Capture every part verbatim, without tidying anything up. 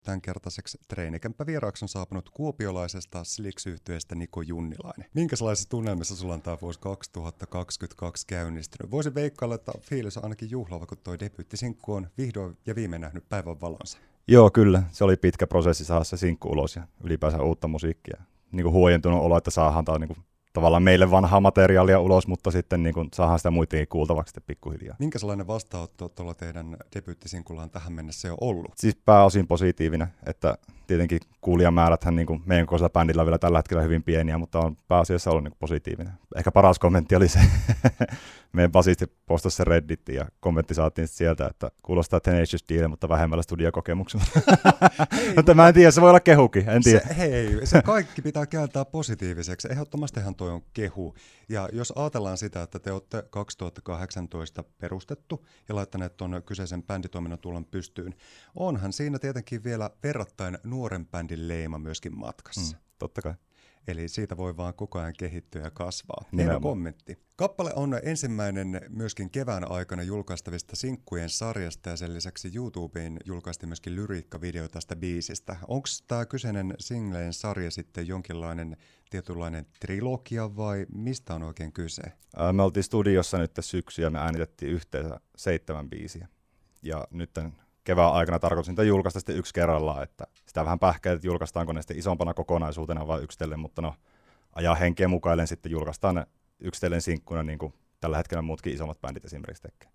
tämänkertaiseksi treenikämppävieraaksi on saapunut kuopiolaisesta Slicks-yhtyeestä Niko Junnilainen. Minkälaisissa tunnelmissa sulla on tämä vuosi kaksituhattakaksikymmentäkaksi käynnistynyt? Voisin veikkailla, että fiilis on ainakin juhlava, kun toi debyyttisinkku on vihdoin ja viimein nähnyt päivän valonsa. Joo, kyllä. Se oli pitkä prosessi saada se sinkku ulos ja ylipäänsä uutta musiikkia. Niin kuin huojentunut olo, että saadaan taas niin kuin tavallaan meille vanhaa materiaalia ulos, mutta sitten niin kuin saadaan sitä muitakin kuultavaksi sitten pikkuhiljaa. Minkä sellainen vastaanotto tuolla teidän debyyttisinkullaan tähän mennessä jo ollut? Siis pääosin positiivinen, että tietenkin kuulijamääräthän niin kuin meidän kokoisella bändillä on vielä tällä hetkellä hyvin pieniä, mutta on pääasiassa ollut niin kuin positiivinen. Ehkä paras kommentti oli se, meidän basisti postasi se Redditiin ja kommentti saatiin sieltä, että kuulostaa Tenacious D, mutta vähemmällä studiokokemuksella. Hei, mutta mä en tiedä, se voi olla kehukin, en tiedä. Se, hei, se kaikki pitää kääntää positiiviseksi. Ehdottomastihan toi on kehu. Ja jos ajatellaan sitä, että te olette kaksituhattakahdeksantoista perustettu ja laittaneet tuon kyseisen bänditoiminnan tulon pystyyn, onhan siinä tietenkin vielä verrattain nuoren bändin leima myöskin matkassa. Mm, totta kai. Eli siitä voi vaan koko ajan kehittyä ja kasvaa. Nimenomaan. Hieno kommentti. Kappale on ensimmäinen myöskin kevään aikana julkaistavista sinkkujen sarjasta ja sen lisäksi YouTubeen julkaistiin myöskin lyriikkavideo tästä biisistä. Onko tämä kyseinen singleen sarja sitten jonkinlainen tietynlainen trilogia vai mistä on oikein kyse? Ää, me oltiin studiossa nyt syksyä ja me äänitettiin yhteensä seitsemän biisiä. Ja nyt kevään aikana tarkoitus niitä julkaista sitten yksi kerrallaan, että sitä vähän pähkää, että julkaistaanko ne sitten isompana kokonaisuutena vai yksitellen, mutta no ajaa henkeä mukaillen sitten julkaistaan ne yksitellen sinkkuna, niin kuin tällä hetkellä muutkin isommat bändit esimerkiksi tekee.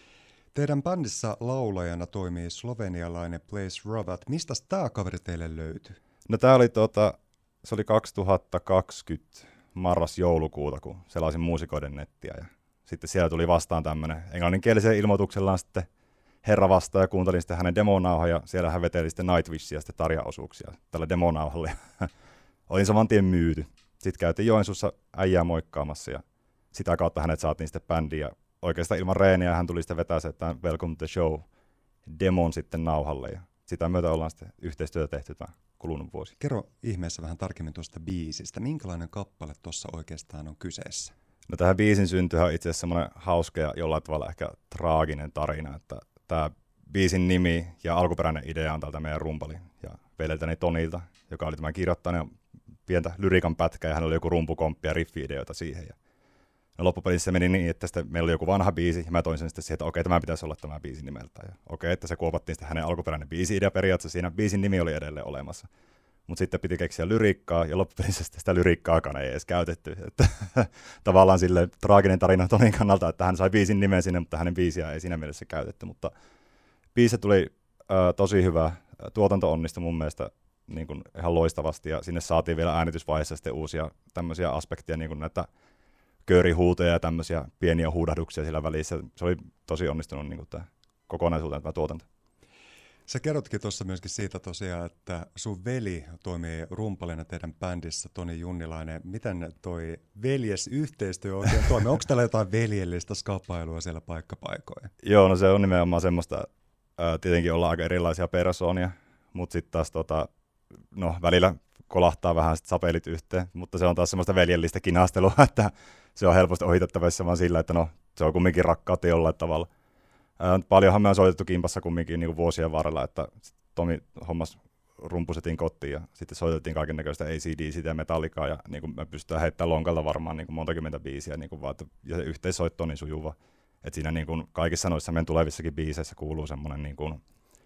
Teidän bändissä laulajana toimii slovenialainen Blaze Rovat. Mistä tämä kaveri teille löytyi? No tää oli tuota, se oli kaksituhattakaksikymmentä marras-joulukuuta, kun selasin muusikoiden nettiä ja sitten siellä tuli vastaan tämmönen englanninkielisen ilmoituksellaan sitten herra vastaan ja kuuntelin sitten hänen demonauhaa ja siellä hän veteli sitten Nightwishia ja sitten tarjaosuuksia tällä demonauhalle. Olin saman tien myyty. Sitten käytiin Joensuussa äijää moikkaamassa ja sitä kautta hänet saatiin sitten bändiin ja oikeastaan ilman reeniä hän tuli sitten vetää se, että Welcome to the Show demon sitten nauhalle ja sitä myötä ollaan sitten yhteistyötä tehty tämä kulunut vuosi. Kerro ihmeessä vähän tarkemmin tuosta biisistä. Minkälainen kappale tuossa oikeastaan on kyseessä? No tähän biisin syntyhän on itse asiassa semmoinen hauska ja jollain tavalla ehkä traaginen tarina, että tämä biisin nimi ja alkuperäinen idea on tältä meidän rumpali ja veljeltäni Tonilta, joka oli tämän kirjoittanut pientä lyriikan pätkää ja hänellä oli joku rumpukomppi ja riffi-ideoita siihen. Ja no loppupelissä se meni niin, että sitten meillä oli joku vanha biisi ja mä toin sen sitten siihen, että okei, tämä pitäisi olla tämä biisin nimeltä. Ja okei, että se kuopattiin sitten hänen alkuperäinen biisi-idea periaatteessa, siinä biisin nimi oli edelleen olemassa. Mutta sitten piti keksiä lyriikkaa ja loppupelissä sitä lyriikkaakaan ei edes käytetty. Että tavallaan sille traaginen tarina Tonin kannalta, että hän sai biisin nimen sinne, mutta hänen biisiä ei siinä mielessä käytetty. Mutta biisi tuli äh, tosi hyvä, tuotanto onnistui mun mielestä niin kuin ihan loistavasti ja sinne saatiin vielä äänitysvaiheessa sitten uusia tämmöisiä aspekteja, niin kuin näitä köörihuutoja ja tämmöisiä pieniä huudahduksia sillä välissä. Se oli tosi onnistunut niin kuin tämä kokonaisuuteen tämä tuotanto. Sä kerrotkin tuossa myöskin siitä tosiaan, että sun veli toimii rumpalina teidän bändissä, Toni Junnilainen. Miten toi veljesyhteistyö oikein toimii? Onko täällä jotain veljellistä skapailua siellä paikkapaikoin? Joo, no se on nimenomaan semmoista, ää, tietenkin ollaan aika erilaisia persoonia, mutta sitten taas tota, no, välillä kolahtaa vähän sit sapelit yhteen, mutta se on taas semmoista veljellistä kinastelua, että se on helposti ohitettavissa vaan sillä, että no, se on kumminkin rakkautta jollain tavalla. Paljonhan me on soitettu kimpassa kumminkin niin kuin vuosien varrella, että Tomi hommas rumpusetin kotiin ja sitten soitettiin kaikennäköistä A C D C ja Metallicaa ja niin kuin me pystytään heittämään lonkalta varmaan niin kuin monta kymmentä biisiä niin kuin vaan, että, ja se yhteissoitto on niin sujuva. Että siinä niin kuin kaikissa noissa meidän tulevissakin biiseissä kuuluu semmoinen niin kuin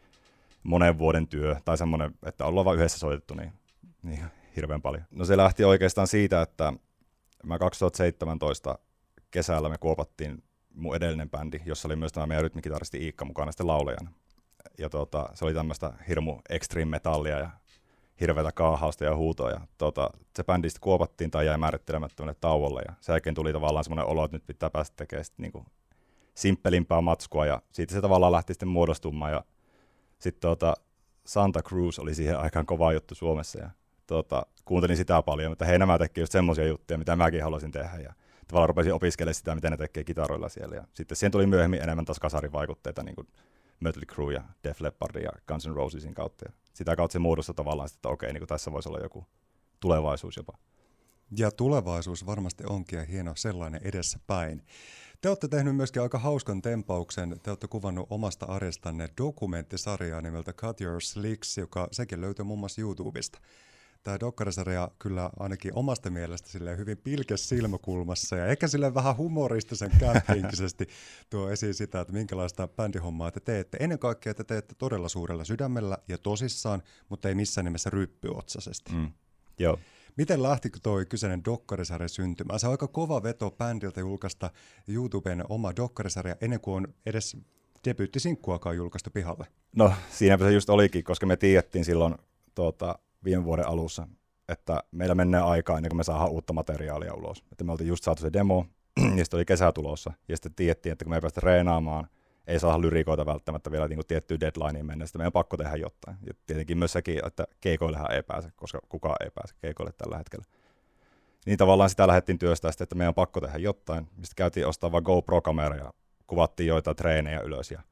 monen vuoden työ tai semmoinen, että ollaan vaan yhdessä soitettu niin, niin hirveän paljon. No se lähti oikeastaan siitä, että mä kaksituhattaseitsemäntoista kesällä me kuopattiin mun edellinen bändi, jossa oli myös tämä meidän rytmikitaristi Iikka mukana sitten laulajana. Ja tota, se oli tämmöistä hirmu extreme metallia ja hirveätä kaahausta ja huutoa. Ja tota, se bändi sitten kuopattiin tai jäi määrittelemättömälle tauolle. Ja sen jälkeen tuli tavallaan semmoinen olo, että nyt pitää päästä tekemään sitten niinku simppelimpää matskua. Ja siitä se tavallaan lähti sitten muodostumaan. Ja sitten tota, Santa Cruz oli siihen aikaan kova juttu Suomessa. Ja tota, kuuntelin sitä paljon, mutta hei, nämä tekee just semmoisia juttuja, mitä mäkin haluaisin tehdä. Ja tavallaan rupesin opiskelemaan sitä, miten ne tekee kitaroilla siellä. Ja sitten siihen tuli myöhemmin enemmän taas kasarivaikutteita, niin kuin Mötley Crüe ja Def Leppard ja Guns N' Rosesin kautta. Ja sitä kautta se muodostui tavallaan, että okei, niin kuin tässä voisi olla joku tulevaisuus jopa. Ja tulevaisuus varmasti onkin ja hieno sellainen edessä päin. Te olette tehnyt myöskin aika hauskan tempauksen. Te olette kuvannut omasta arjestanne dokumenttisarjaa nimeltä Cut Your Slicks, joka sekin löytyy muun muassa YouTubesta. Tämä dokkarisarja kyllä ainakin omasta mielestä silleen hyvin pilkes silmäkulmassa ja ehkä silleen vähän humoristisen kämppinkisesti tuo esiin sitä, että minkälaista bändihommaa te teette. Ennen kaikkea te teette todella suurella sydämellä ja tosissaan, mutta ei missään nimessä ryppyotsaisesti. Mm. Joo. Miten lähti toi kyseinen dokkarisarja syntymään? Se on aika kova veto bändiltä julkaista YouTuben oma dokkarisarja ennen kuin on edes debyyttisinkkuakaan julkaistu pihalle. No siinäpä se just olikin, koska me tiedettiin silloin tuota, viime vuoden alussa, että meillä menee aikaa ennen kuin me saadaan uutta materiaalia ulos. Että me oltiin just saatu se demo, ja sitten oli kesä tulossa, ja sitten tiedettiin, että kun me ei päästä reenaamaan, ei saa lyrikoita välttämättä vielä niin kuin tiettyyn deadlineen mennä, sitten meidän on pakko tehdä jotain. Ja tietenkin myös sekin, että keikoillehan ei pääse, koska kukaan ei pääse keikoille tällä hetkellä. Niin tavallaan sitä lähdettiin työstää sitten, että meidän on pakko tehdä jotain. Sitten käytiin ostaa vaan GoPro-kamera ja kuvattiin joitain treenejä ylös. Ja,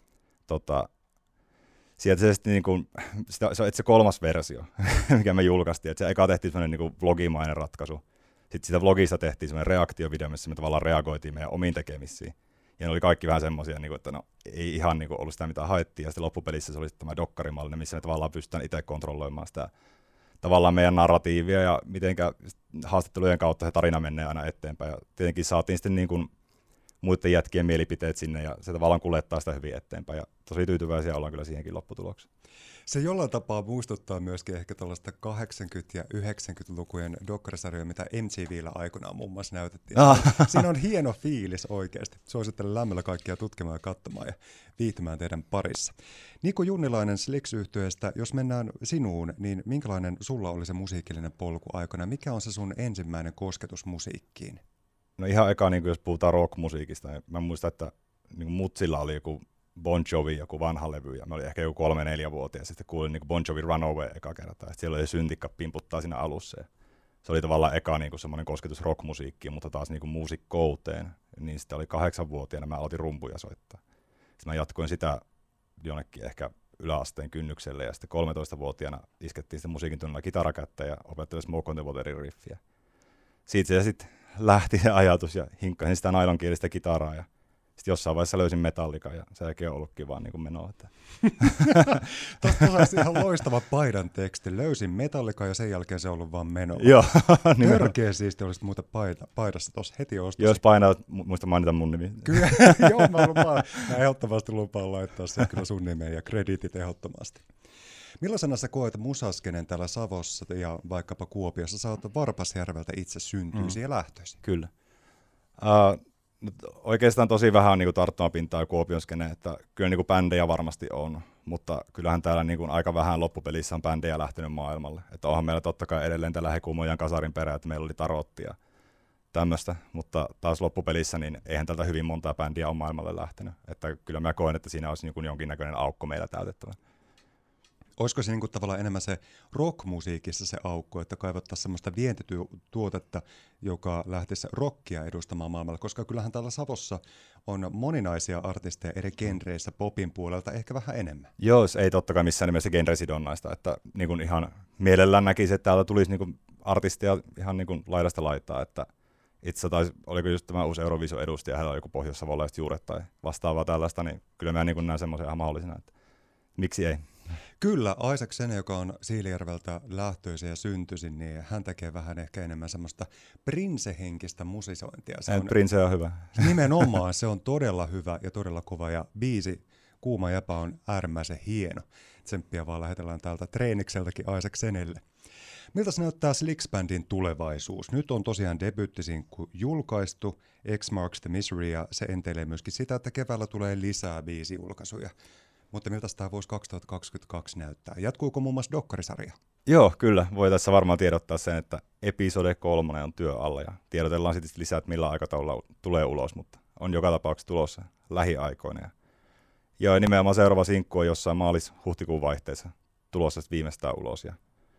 tota, sieltä se sitten niin kuin, sitä, se on itse kolmas versio, mikä me julkaistiin. Että se eka tehtiin semmoinen niin kuin vlogimainen ratkaisu. Sitten sitä vlogista tehtiin semmoinen reaktiovideo, missä me tavallaan reagoitiin meidän omiin tekemisiin. Ja ne oli kaikki vähän semmoisia, että no, ei ihan niin kuin ollut sitä, mitä haettiin. Ja sitten loppupelissä se oli sitten tämä dokkarimalli, missä me tavallaan pystytään itse kontrolloimaan sitä tavallaan meidän narratiivia ja mitenkä haastattelujen kautta se tarina menee aina eteenpäin. Ja tietenkin saatiin sitten niin kuin muiden jätkien mielipiteet sinne ja se tavallaan kuljettaa sitä hyvin eteenpäin. Ja tosi tyytyväisiä ollaan kyllä siihenkin lopputulokseen. Se jollain tapaa muistuttaa myöskin ehkä tuollaista kahdeksankymmentä- ja yhdeksänkymmentälukujen dokkarisarjoja, mitä M T V:llä aikoinaan muun muassa näytettiin. Ah. Siinä on hieno fiilis oikeasti. Suosittelen lämmöllä kaikkia tutkimaan ja katsomaan ja viihtymään teidän parissa. Niko Junnilainen Slicks-yhtyeestä, jos mennään sinuun, niin minkälainen sulla oli se musiikillinen polku aikana? Mikä on se sun ensimmäinen kosketus musiikkiin? No ihan eka, niin jos puhutaan rockmusiikista, niin mä muistan, että niin Mutsilla oli joku Bon Jovi, joku vanha levy, ja mä olin ehkä joku kolme neljä vuotias, ja sitten kuulin niin Bon Jovi Runaway eka kertaa, että siellä oli syntikka pimputtaa siinä alussa, ja se oli tavallaan eka niin semmoinen kosketus rockmusiikkiin, mutta taas niin muusikkouteen, niin sitten oli kahdeksanvuotiaana, mä aloitin rumpuja soittaa. Sitten mä jatkoin sitä jonnekin ehkä yläasteen kynnykselle, ja sitten kolmetoistavuotiaana iskettiin sitten musiikin tunnilla kitarakättä, ja opettelin Smoke on the Waterin riffiä. Siitä se sitten lähti se ajatus, ja hinkkasin sitä nailonkielistä kitaraa, ja sitten jossain vaiheessa löysin Metallican ja se ei ollutkin vaan niin menoa. Tuosta saisi ihan loistava paidan teksti. Löysin Metallican ja sen jälkeen se on ollut vaan menoa. Joo. Törkeä siisti olisit muuta paita, paidassa tuossa heti ostossa. Jos painat, muista mainita mun nimi. Kyllä, joo, mä lupaan. Mä ehdottomasti lupaan laittaa sen kyllä sun nimeen ja krediitit ehdottomasti. Millaisena sä koet musaskenen täällä Savossa ja vaikkapa Kuopiossa? Sä oot Varpasjärveltä itse syntyisi mm. ja lähtöisin. Kyllä. Uh, Oikeastaan tosi vähän on niin kuin tarttumapintaa Kuopion skene, että kyllä niin kuin bändejä varmasti on, mutta kyllähän täällä niin kuin aika vähän loppupelissä on bändejä lähtenyt maailmalle. Että onhan meillä totta kai edelleen täällä Hekumojan kasarin perä, että meillä oli Tarotti ja tämmöistä, mutta taas loppupelissä niin eihän tältä hyvin montaa bändiä on maailmalle lähtenyt. Että kyllä mä koen, että siinä olisi niin kuin jonkinnäköinen aukko meillä täytettävä. Olisiko se niin kuin tavallaan enemmän se rockmusiikissa se aukko, että kaivattaisiin semmoista vientituotetta, joka lähtisi rockia edustamaan maailmalla, koska kyllähän täällä Savossa on moninaisia artisteja eri genreissä popin puolelta ehkä vähän enemmän. Joo, ei totta kai missään nimessä genresidonnaista, että niin kuin ihan mielellään näkisi, että täällä tulisi niin kuin artisteja ihan niin kuin laidasta laitaa, että itse taisi, oliko just tämä uusi Eurovision edustaja, hänellä oli joku pohjois-savolaiset juuret tai vastaavaa tällaista, niin kyllä mä niin kuin näen semmoisen ihan mahdollisena, että miksi ei. Kyllä, Isaac Sene, joka on Siilijärveltä lähtöisin ja syntyisin, niin hän tekee vähän ehkä enemmän semmoista prinsehenkistä musisointia. Se on, Prince on hyvä. Nimenomaan, se on todella hyvä ja todella kova, ja biisi Kuuma jäpä on äärimmäisen hieno. Tsemppiä vaan lähetellään täältä treenikseltäkin Isaac Senelle. Miltä se näyttää Slicks-bändin tulevaisuus? Nyt on tosiaan debyyttisinkku julkaistu, X Marks the Misery, ja se enteilee myöskin sitä, että keväällä tulee lisää biisijulkaisuja. Mutta miltä tämä vuosi kaksituhattakaksikymmentäkaksi näyttää? Jatkuuko muun muassa dokkarisarja? Joo, kyllä. Voi tässä varmaan tiedottaa sen, että episode kolmonen on työ alla ja tiedotellaan sitten lisää, että millä aikataululla tulee ulos, mutta on joka tapauksessa tulossa lähiaikoina. Ja joo, nimenomaan seuraava sinkku on jossain maalis-huhtikuun vaihteessa tulossa viimeistään ulos. Ja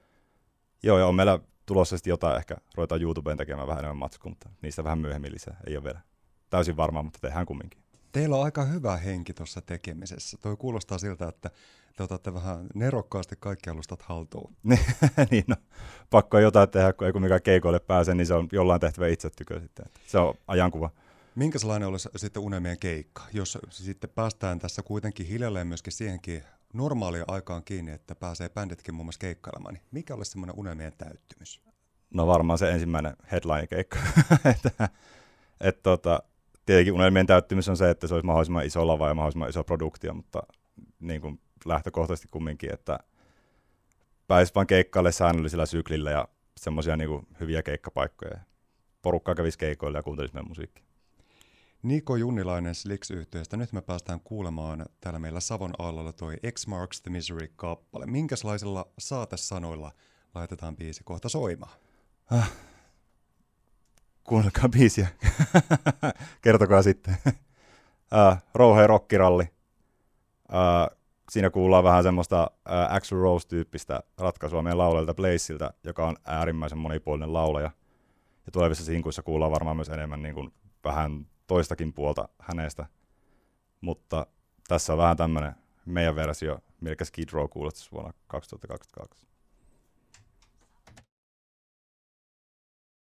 joo, ja on meillä tulossa sitten jotain, ehkä ruvetaan YouTubeen tekemään vähän enemmän matskua, mutta niistä vähän myöhemmin lisää. Ei ole vielä täysin varmaa, mutta tehdään kumminkin. Teillä on aika hyvä henki tuossa tekemisessä. Toi kuulostaa siltä, että te otatte vähän nerokkaasti kaikki alustat haltuun. Niin, no, pakko jotain tehdä, kun ei kumminkaan keikoille pääse, niin se on jollain tehtävä itse tykö sitten. Se on ajankuva. Minkälainen olisi sitten unelmien keikka, jos sitten päästään tässä kuitenkin hiljalleen myöskin siihenkin normaalia aikaan kiinni, että pääsee bänditkin muun muassa keikkailemaan, niin mikä olisi semmoinen unelmien täyttymys? No varmaan se ensimmäinen headline-keikka. että, et, tota, tietenkin unelmien täyttymys on se, että se olisi mahdollisimman iso lava ja mahdollisimman iso produktio, mutta niin kuin lähtökohtaisesti kumminkin, että pääsisi vaan keikkaille säännöllisellä syklillä ja semmoisia niin kuin hyviä keikkapaikkoja. Porukkaa kävisi keikoille ja kuuntelisi meidän musiikkia. Niko Junnilainen Slicks-yhtyeestä. Nyt me päästään kuulemaan täällä meillä Savon aallolla toi X Marks the Misery-kappale. Minkälaisilla saatesanoilla laitetaan biisi kohta soimaan? Ah. Kuunnelkaa biisiä. Kertokaa sitten. uh, Rouhei rockiralli. Uh, siinä kuullaan vähän semmoista uh, Axl Rose-tyyppistä ratkaisua meidän laulajalta Blazeiltä, joka on äärimmäisen monipuolinen laulaja. Ja tulevissa sinkuissa kuullaan varmaan myös enemmän niin kuin vähän toistakin puolta hänestä. Mutta tässä on vähän tämmöinen meidän versio, mikä Skid Row kuulostaisi vuonna kaksituhattakaksikymmentäkaksi.